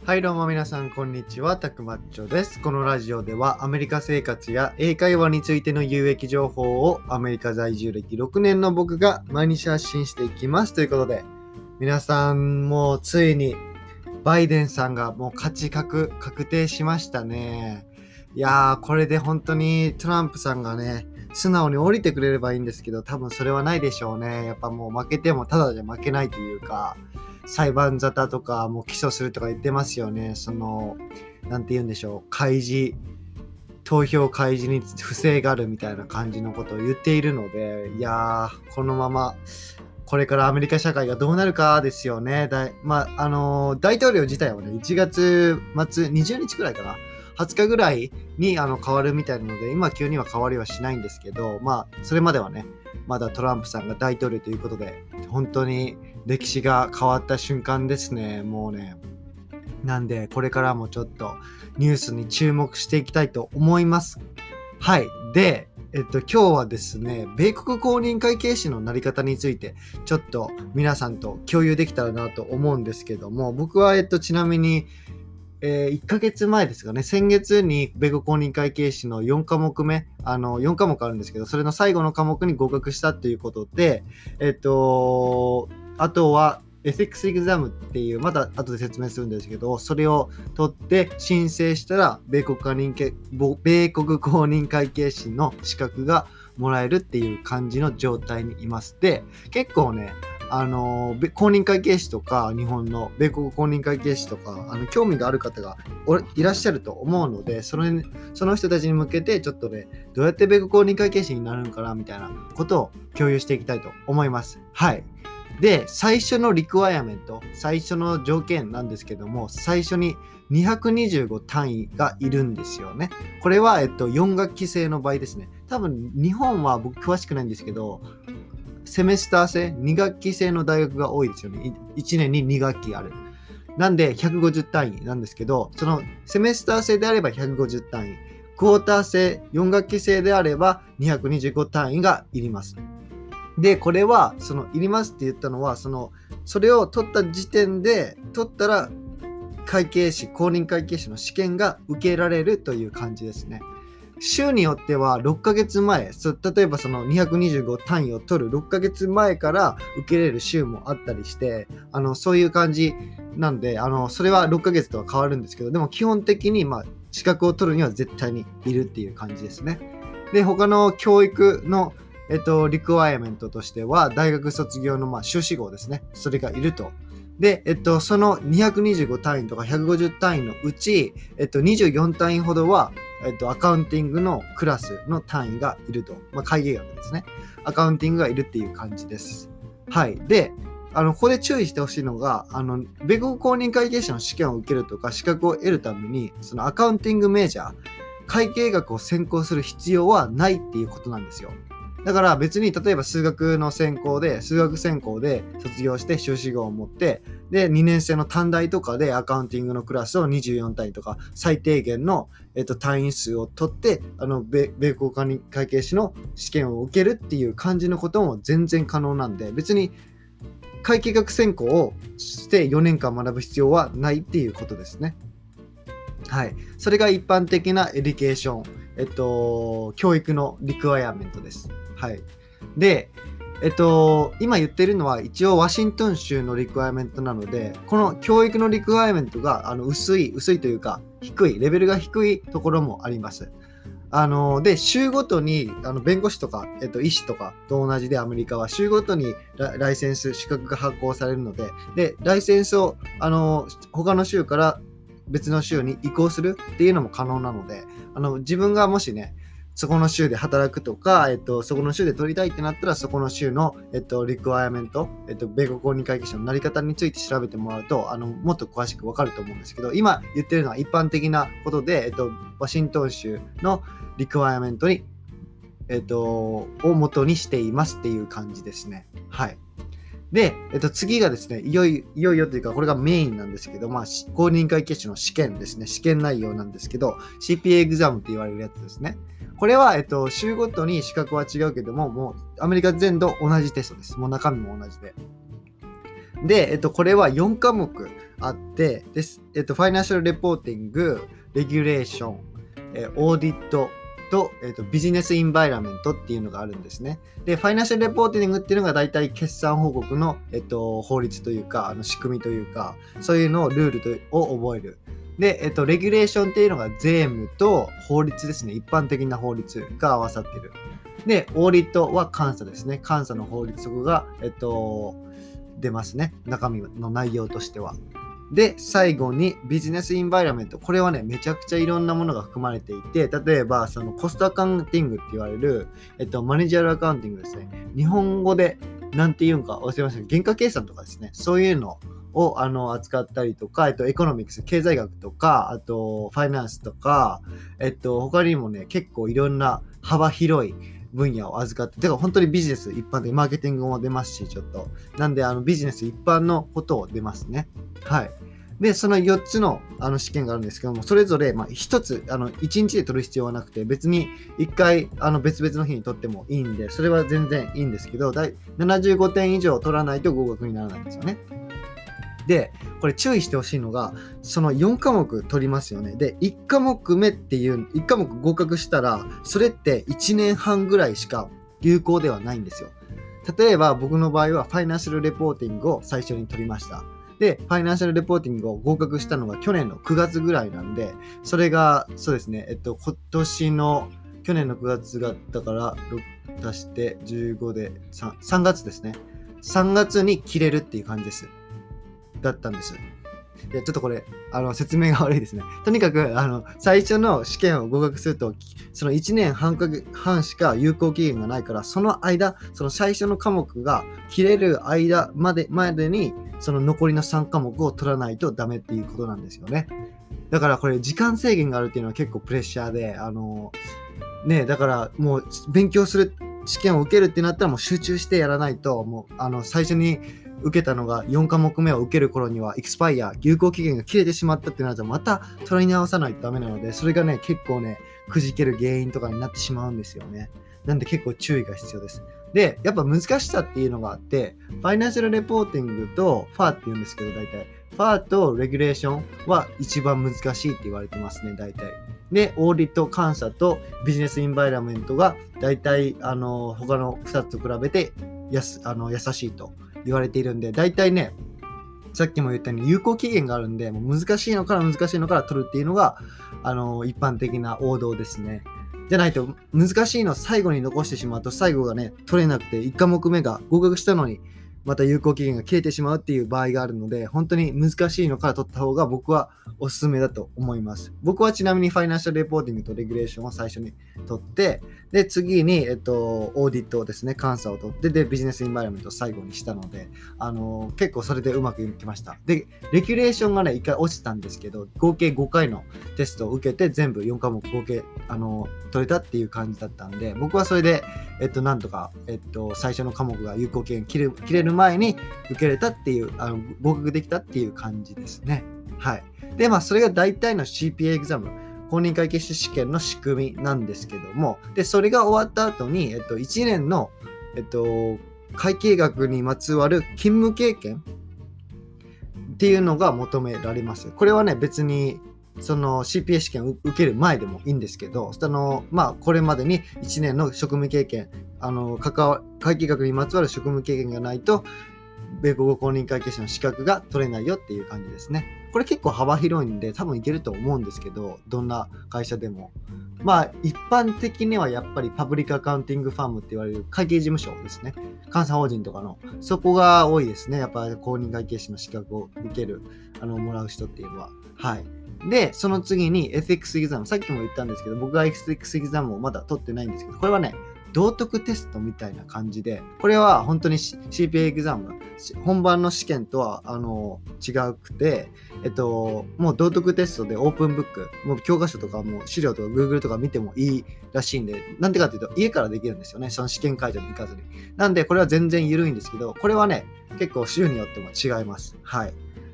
はいどうも皆さんこんにちは、たくまっちょです。このラジオではアメリカ生活や英会話についての有益情報をアメリカ在住歴6年の僕が毎日発信していきますということで、皆さんもうついにバイデンさんがもう勝ち確定しましたね。いやーこれで本当にトランプさんがね素直に降りてくれればいいんですけど、多分それはないでしょうね。やっぱもう負けてもただじゃ負けないというか、裁判沙汰とかもう起訴するとか言ってますよね。なんて言うんでしょう、投票開示に不正があるみたいな感じのことを言っているので、いやーこのままこれからアメリカ社会がどうなるかですよね。大統領自体はね1月末20日くらいかな、20日ぐらいに変わるみたいなので、今急には変わりはしないんですけど、それまではねまだトランプさんが大統領ということで、本当に歴史が変わった瞬間ですね。もうね、なんでこれからもちょっとニュースに注目していきたいと思います。はい。で、今日はですね、米国公認会計士のなり方についてちょっと皆さんと共有できたらなと思うんですけども、僕はちなみに1ヶ月前ですかね、先月に米国公認会計士の4科目目、4科目あるんですけど、それの最後の科目に合格したということで、あとはエセックスエグザムっていう、また後で説明するんですけど、それを取って申請したら米国公認会計士の資格がもらえるっていう感じの状態にいます。で、結構ね、公認会計士とか日本の米国公認会計士とか興味がある方がいらっしゃると思うので、その人たちに向けてちょっとね、どうやって米国公認会計士になるのかなみたいなことを共有していきたいと思います。はい。で、最初のリクワイアメント、最初の条件なんですけども、最初に225単位がいるんですよね。これは4学期制の場合ですね。多分日本は僕詳しくないんですけど、セメスター制、2学期制の大学が多いですよね。1年に2学期ある。なんで150単位なんですけど、そのセメスター制であれば150単位、クォーター制、4学期制であれば225単位がいります。で、これは、いりますって言ったのは、それを取った時点で、取ったら、公認会計士の試験が受けられるという感じですね。州によっては6ヶ月前、例えばその225単位を取る6ヶ月前から受けれる州もあったりして、そういう感じなんで、それは6ヶ月とは変わるんですけど、でも基本的に、資格を取るには絶対にいるっていう感じですね。で、他の教育のリクワイアメントとしては、大学卒業の修士号ですね。それがいると。で、その225単位とか150単位のうち、24単位ほどは、アカウンティングのクラスの単位がいると。会計学ですね。アカウンティングがいるっていう感じです。はい。で、ここで注意してほしいのが、米国公認会計士の試験を受けるとか、資格を得るために、そのアカウンティングメジャー、会計学を専攻する必要はないっていうことなんですよ。だから別に例えば数学専攻で卒業して修士号を持って、で2年生の短大とかでアカウンティングのクラスを24単位とか最低限の単位数を取って米国会計士の試験を受けるっていう感じのことも全然可能なんで、別に会計学専攻をして4年間学ぶ必要はないっていうことですね。はい。それが一般的なエデュケーション、教育のリクワイアメントです。はい。で、今言ってるのは一応ワシントン州のリクワイアメントなので、この教育のリクワイアメントが薄いというかレベルが低いところもあります。で、州ごとに弁護士とか、医師とかと同じで、アメリカは州ごとにライセンス、資格が発行されるので、で、ライセンスを他の州から別の州に移行するっていうのも可能なので、自分がもしね、そこの州で働くとか、そこの州で取りたいってなったら、そこの州の、リクワイアメント、米国公認会計士のなり方について調べてもらうと、もっと詳しくわかると思うんですけど、今言ってるのは一般的なことで、ワシントン州のリクワイアメントに、を元にしていますっていう感じですね。はい。で、次がですね、いよいよというか、これがメインなんですけど、公認会計士の試験ですね。試験内容なんですけど、CPA エグザムって言われるやつですね。これは、州ごとに資格は違うけども、もうアメリカ全土同じテストです。もう中身も同じで。で、これは4科目あって、でファイナンシャルレポーティング、レギュレーション、オーディットと、ビジネスインバイラメントっていうのがあるんですね。で、ファイナンシャルレポーティングっていうのが大体決算報告の、法律というか、仕組みというか、そういうのをルールを覚える。で、レギュレーションっていうのが税務と法律ですね。一般的な法律が合わさってる。で、オーディットは監査ですね。監査の法律が、出ますね。中身の内容としては。で、最後にビジネスインバイラメント。これはね、めちゃくちゃいろんなものが含まれていて、例えば、そのコストアカウンティングって言われる、マネージャルアカウンティングですね。日本語でなんて言うんか忘れましたけど、原価計算とかですね。そういうのを扱ったりとか、エコノミクス、経済学とか、あと、ファイナンスとか、他にもね、結構いろんな幅広い分野を預かって、だから本当にビジネス一般でマーケティングも出ますし、ちょっと。なんで、ビジネス一般のことを出ますね。はい。で、その4つの試験があるんですけども、それぞれ1つ、1日で取る必要はなくて、別に1回別々の日に取ってもいいんで、それは全然いいんですけど、75点以上取らないと合格にならないんですよね。で、これ注意してほしいのが、その4科目取りますよね。で、1科目目っていう、1科目合格したら、それって1年半ぐらいしか有効ではないんですよ。例えば僕の場合はファイナンシャルレポーティングを最初に取りました。で、ファイナンシャルレポーティングを合格したのが去年の9月ぐらいなんで、それが、そうですね、去年の9月が、だから、6足して15で3月ですね。3月に切れるっていう感じです。だったんです。いや、ちょっとこれ、説明が悪いですね。とにかく、最初の試験を合格すると、その1年半しか有効期限がないから、その間、その最初の科目が切れる間までに、その残りの3科目を取らないとダメっていうことなんですよね。だからこれ、時間制限があるっていうのは結構プレッシャーで、だからもう勉強する、試験を受けるってなったらもう集中してやらないと、もう、最初に、受けたのが4科目目を受ける頃にはエクスパイア、有効期限が切れてしまったってなるとまた取り直さないとダメなので、それがね、結構ね、くじける原因とかになってしまうんですよね。なんで結構注意が必要です。で、やっぱ難しさっていうのがあって、ファイナンシャルレポーティングとファーって言うんですけど、大体。ファーとレギュレーションは一番難しいって言われてますね、大体。で、オーディット監査とビジネスインバイラメントが大体、他の2つと比べて優しいと言われているんで、大体ね、さっきも言ったように有効期限があるんで、もう難しいのから取るっていうのが、一般的な王道ですね。じゃないと、難しいのを最後に残してしまうと、最後がね、取れなくて、1科目目が合格したのに、また有効期限が切れてしまうっていう場合があるので、本当に難しいのから取った方が僕はおすすめだと思います。僕はちなみにファイナンシャルレポーティングとレギュレーションを最初に取って、で、次に、オーディットをですね、監査を取って、で、ビジネスインバイラメントを最後にしたので、結構それでうまくいきました。で、レギュレーションがね、1回落ちたんですけど、合計5回のテストを受けて、全部4科目合計、取れたっていう感じだったんで、僕はそれで、なんとか、最初の科目が有効期限切れる前に受けれたっていう、合格できたっていう感じですね。はい。で、それが大体の CPA エグザム、公認会計士試験の仕組みなんですけども、で、それが終わった後に、1年の、会計学にまつわる勤務経験っていうのが求められます。これはね、別に、その CPA 試験を受ける前でもいいんですけど、これまでに1年の職務経験、会計学にまつわる職務経験がないと、米国語公認会計士の資格が取れないよっていう感じですね。これ結構幅広いんで多分いけると思うんですけど、どんな会社でも。一般的にはやっぱりパブリックアカウンティングファームって言われる会計事務所ですね。監査法人とかの。そこが多いですね。やっぱり公認会計士の資格を受ける、もらう人っていうのは。はい。で、その次に FX エグザム。さっきも言ったんですけど、僕は FX エグザムをまだ取ってないんですけど、これはね、道徳テストみたいな感じで、これは本当に CPA エグザム、本番の試験とは違くて、もう道徳テストでオープンブック、もう教科書とかもう資料とか Google とか見てもいいらしいんで、なんでかっていうと家からできるんですよね、その試験会場に行かずに。なんでこれは全然緩いんですけど、これはね、結構州によっても違います。はい。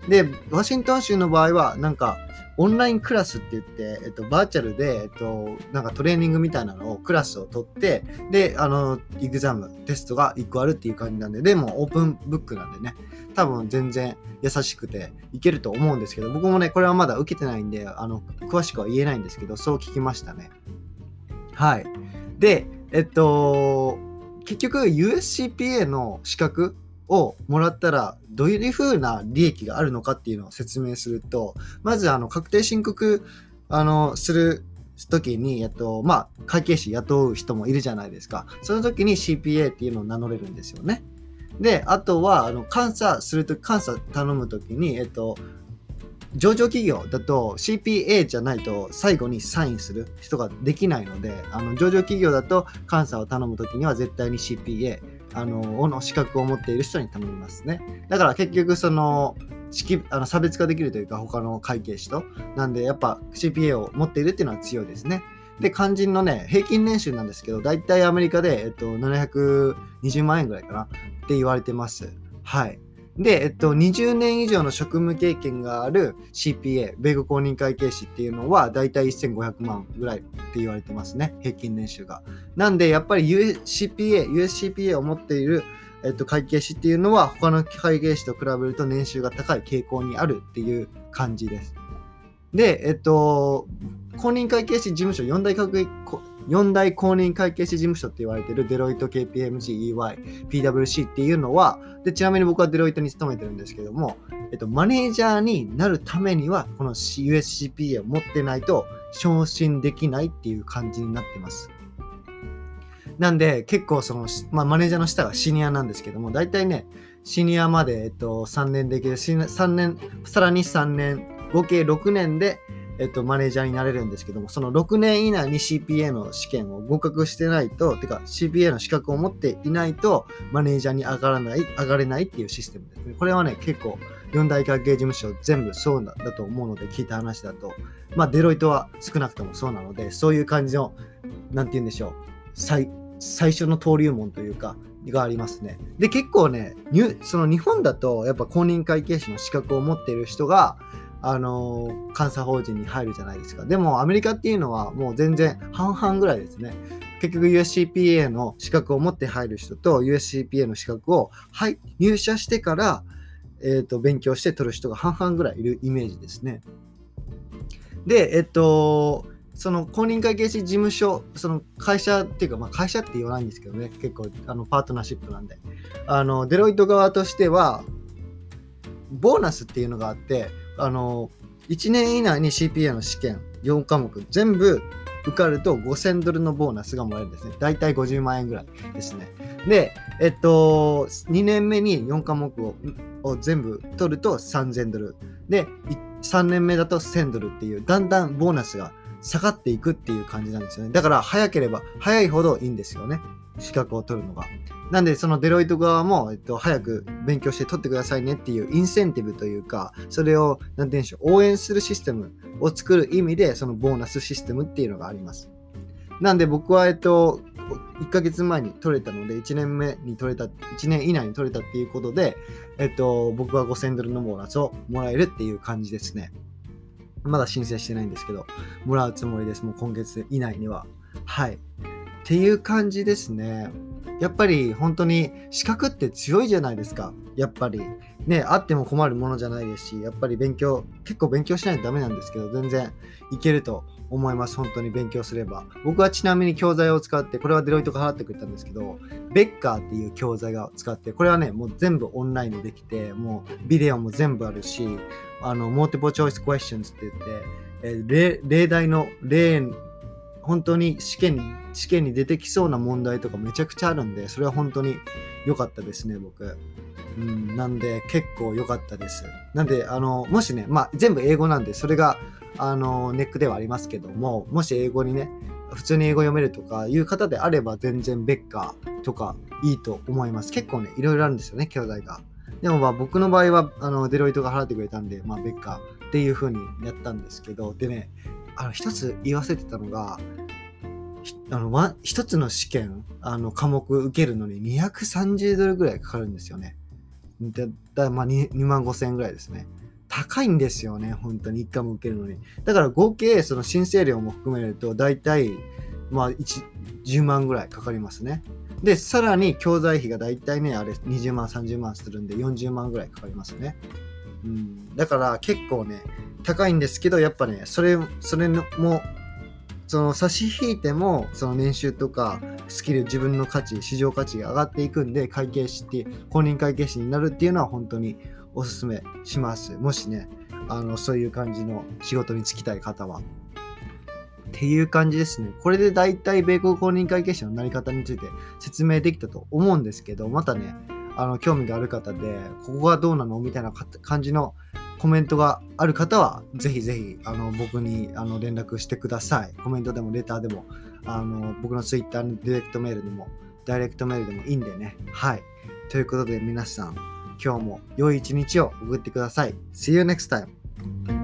で、ワシントン州の場合は、なんか、オンラインクラスって言って、バーチャルで、なんかトレーニングみたいなのを、クラスを取って、で、エグザム、テストが1個あるっていう感じなんで、でもオープンブックなんでね、多分全然優しくていけると思うんですけど、僕もね、これはまだ受けてないんで、詳しくは言えないんですけど、そう聞きましたね。はい。で、結局 USCPA の資格をもらったらどういう風な利益があるのかっていうのを説明すると、まず確定申告する時に会計士雇う人もいるじゃないですか。その時に CPA っていうのを名乗れるんですよね。で、あとは監査頼む時に上場企業だと CPA じゃないと最後にサインする人ができないので、上場企業だと監査を頼むときには絶対に CPA の資格を持っている人に頼みますね。だから結局差別化できるというか、他の会計士となんで、やっぱ CPA を持っているっていうのは強いですね。で、肝心のね、平均年収なんですけど、だいたいアメリカで、720万円ぐらいかなって言われてます。はい。で、20年以上の職務経験がある CPA、米国公認会計士っていうのは、だいたい1500万ぐらいって言われてますね、平均年収が。なんで、やっぱり USCPA を持っている、会計士っていうのは、他の会計士と比べると年収が高い傾向にあるっていう感じです。で、公認会計士事務所4大公認会計士事務所って言われているデロイト、KPMG、EY、PWC っていうのは、でちなみに僕はデロイトに勤めてるんですけども、マネージャーになるためにはこの USCPA を持ってないと昇進できないっていう感じになってます。なんで結構マネージャーの下がシニアなんですけども、だいたいねシニアまで、3年できる3年、さらに3年合計6年でマネージャーになれるんですけども、その6年以内に CPA の試験を合格してないと、CPA の資格を持っていないとマネージャーに上がれないっていうシステムですね。これはね、結構4大会計事務所全部そうだと思うので、聞いた話だと、デロイトは少なくともそうなので、そういう感じの、なんて言うんでしょう、最初の登竜門というか、がありますね。で、結構ね、その日本だとやっぱ公認会計士の資格を持っている人が監査法人に入るじゃないですか。でもアメリカっていうのはもう全然半々ぐらいですね。結局 USCPA の資格を持って入る人と USCPA の資格を入社してから、勉強して取る人が半々ぐらいいるイメージですね。で、その公認会計士事務所、その会社っていうか、会社って言わないんですけどね、結構パートナーシップなんで、デロイト側としてはボーナスっていうのがあって、1年以内に CPA の試験4科目全部受かると$5000のボーナスがもらえるんですね。だいたい50万円ぐらいですね。で、2年目に4科目を全部取ると$3000。で、3年目だと$1000っていう、だんだんボーナスが下がっていくっていう感じなんですよね。だから早ければ早いほどいいんですよね。資格を取るのが。なんでそのデロイト側も、早く勉強して取ってくださいねっていうインセンティブというか、それをなんて言うんでしょう、応援するシステムを作る意味で、そのボーナスシステムっていうのがあります。なんで僕は1ヶ月前に取れたので、1年以内に取れたっていうことで、僕は$5000のボーナスをもらえるっていう感じですね。まだ申請してないんですけど、もらうつもりです。もう今月以内には。はい。っていう感じですね。やっぱり本当に資格って強いじゃないですか。やっぱりね、あっても困るものじゃないですし、やっぱり結構勉強しないとダメなんですけど、全然いけると思います。本当に勉強すれば。僕はちなみに教材を使って、これはデロイトが払ってくれたんですけど、ベッカーっていう教材を使って、これはね、もう全部オンラインでできて、もうビデオも全部あるし、モーティブルチョイスクエスチョンズって言って、例題の本当に試験に出てきそうな問題とかめちゃくちゃあるんで、それは本当に良かったですね、僕。なんで結構良かったです。なんでもしね、全部英語なんで、それがネックではありますけども、もし英語にね、普通に英語読めるとかいう方であれば、全然ベッカーとかいいと思います。結構ね、いろいろあるんですよね、教材が。でも僕の場合はデロイトが払ってくれたんで、ベッカーっていう風にやったんですけど、でね、一つ言い忘れてたのが、一つの試験科目受けるのに$230ぐらいかかるんですよね。でだ2万5000円ぐらいですね。 高いんですよね、本当に1回も受けるのに。だから合計その申請料も含めるとだいたい10万ぐらいかかりますね。でさらに教材費がだいたいねあれ20万30万するんで40万ぐらいかかりますね。だから結構ね高いんですけど、やっぱねそれもその差し引いてもその年収とかスキル、自分の価値、市場価値が上がっていくんで、会計士って公認会計士になるっていうのは本当におすすめします。もしねそういう感じの仕事に就きたい方はっていう感じですね。これでだいたい米国公認会計士のなり方について説明できたと思うんですけど、またね興味がある方でここがどうなのみたいな感じのコメントがある方はぜひぜひ僕に連絡してください。コメントでもレターでも僕の Twitter のダイレクトメールでもいいんでね。はい。ということで皆さん今日も良い一日を送ってください。See you next time!